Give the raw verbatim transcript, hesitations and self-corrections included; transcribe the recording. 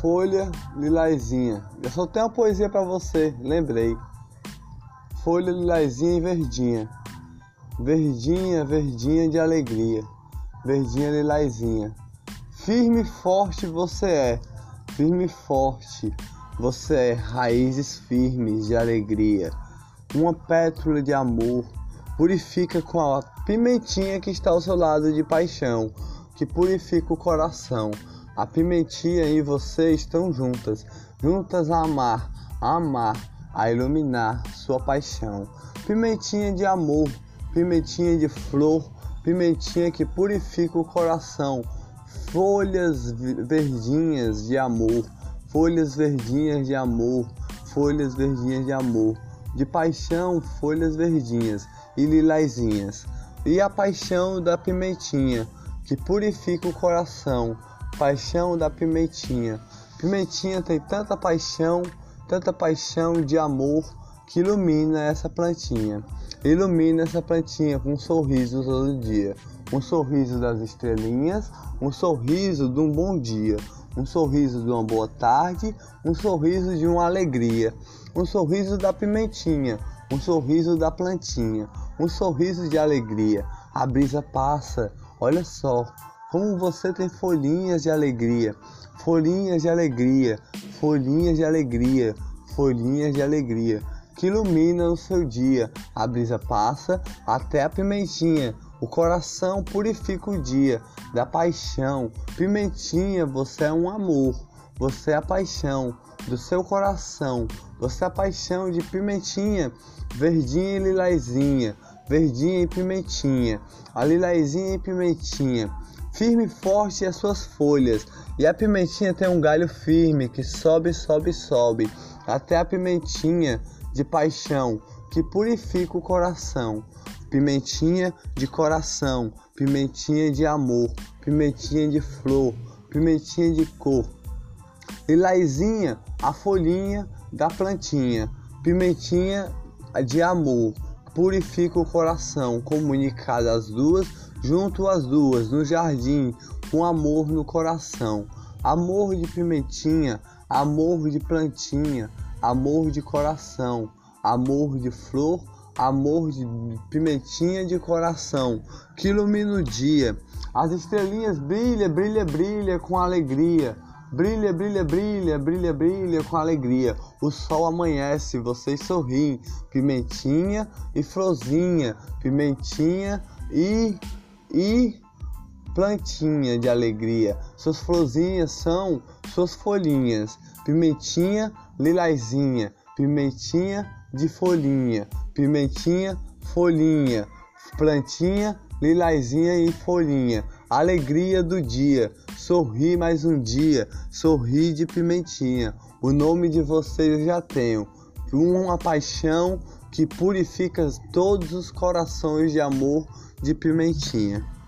Folha lilazinha. Eu só tenho uma poesia pra você, lembrei. Folha lilazinha e verdinha. Verdinha, verdinha de alegria. Verdinha lilazinha. Firme e forte você é. Firme e forte você é. Raízes firmes de alegria. Uma pétala de amor. Purifica com a pimentinha que está ao seu lado de paixão, que purifica o coração. A pimentinha e você estão juntas, juntas a amar, a amar, a iluminar sua paixão. Pimentinha de amor, pimentinha de flor, pimentinha que purifica o coração. Folhas verdinhas de amor, folhas verdinhas de amor, folhas verdinhas de amor. De paixão, folhas verdinhas e lilazinhas. E a paixão da pimentinha, que purifica o coração. Paixão da pimentinha. Pimentinha tem tanta paixão, tanta paixão de amor, que ilumina essa plantinha. Ilumina essa plantinha com um sorriso todo dia. Um sorriso das estrelinhas, um sorriso de um bom dia. Um sorriso de uma boa tarde, um sorriso de uma alegria. Um sorriso da pimentinha, um sorriso da plantinha, um sorriso de alegria. A brisa passa, olha só, como você tem folhinhas de alegria, folhinhas de alegria, folhinhas de alegria, folhinhas de alegria, que iluminam o seu dia. A brisa passa até a pimentinha, o coração purifica o dia da paixão. Pimentinha, você é um amor, você é a paixão do seu coração, você é a paixão de pimentinha, verdinha e lilazinha, verdinha e pimentinha, a lilazinha e pimentinha, firme e forte as suas folhas, e a pimentinha tem um galho firme que sobe, sobe, sobe, até a pimentinha de paixão, que purifica o coração. Pimentinha de coração, pimentinha de amor, pimentinha de flor, pimentinha de cor. Lilazinha, a folhinha da plantinha, pimentinha de amor, purifica o coração, comunicada as duas, junto às duas, no jardim, com amor no coração. Amor de pimentinha, amor de plantinha, amor de coração, amor de flor, amor de pimentinha de coração, que ilumina o dia. As estrelinhas brilha, brilha, brilha com alegria. Brilha, brilha, brilha, brilha, brilha com alegria. O sol amanhece, vocês sorriem. Pimentinha e florzinha, pimentinha e, e plantinha de alegria. Suas florzinhas são suas folhinhas. Pimentinha, lilazinha, pimentinha de folhinha, pimentinha, folhinha, plantinha, lilazinha e folhinha. Alegria do dia, sorri mais um dia, sorri de pimentinha. O nome de vocês eu já tenho, uma paixão que purifica todos os corações de amor de pimentinha.